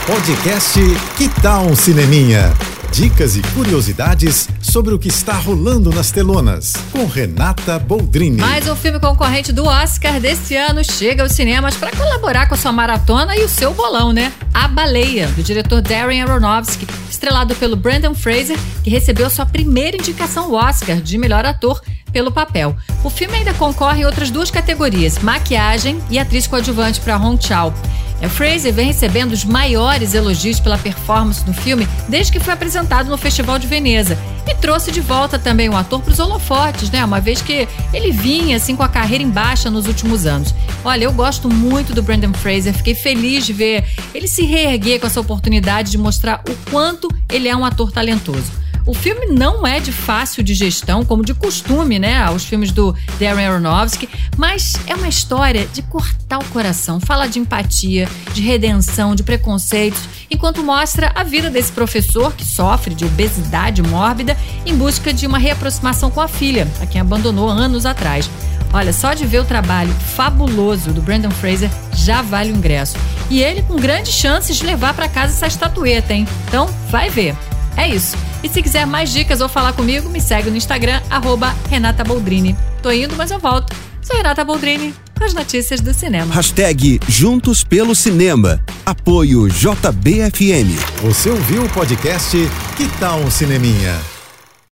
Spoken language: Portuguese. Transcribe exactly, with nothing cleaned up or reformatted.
Podcast Que Tal um Cineminha? Dicas e curiosidades sobre o que está rolando nas telonas, com Renata Boldrini. Mais um filme concorrente do Oscar desse ano chega aos cinemas para colaborar com a sua maratona e o seu bolão, né? A Baleia, do diretor Darren Aronofsky, estrelado pelo Brendan Fraser, que recebeu sua primeira indicação ao Oscar de melhor ator pelo papel. O filme ainda concorre em outras duas categorias, maquiagem e atriz coadjuvante para Hong Chau. A Fraser vem recebendo os maiores elogios pela performance no filme desde que foi apresentado no Festival de Veneza e trouxe de volta também o ator para os holofotes, né? Uma vez que ele vinha assim com a carreira em baixa nos últimos anos. Olha, eu gosto muito do Brendan Fraser, fiquei feliz de ver ele se reerguer com essa oportunidade de mostrar o quanto ele é um ator talentoso. O filme não é de fácil digestão, como de costume, né, os filmes do Darren Aronofsky, mas é uma história de cortar o coração. Fala de empatia, de redenção, de preconceitos, enquanto mostra a vida desse professor que sofre de obesidade mórbida em busca de uma reaproximação com a filha, a quem abandonou anos atrás. Olha, só de ver o trabalho fabuloso do Brendan Fraser já vale o ingresso. E ele com grandes chances de levar para casa essa estatueta, hein? Então, vai ver. É isso. E se quiser mais dicas ou falar comigo, me segue no Instagram, arroba Renata Boldrini. Tô indo, mas eu volto. Sou Renata Boldrini, com as notícias do cinema. Hashtag Juntos pelo Cinema. Apoio J B F M. Você ouviu o podcast Que Tal um Cineminha?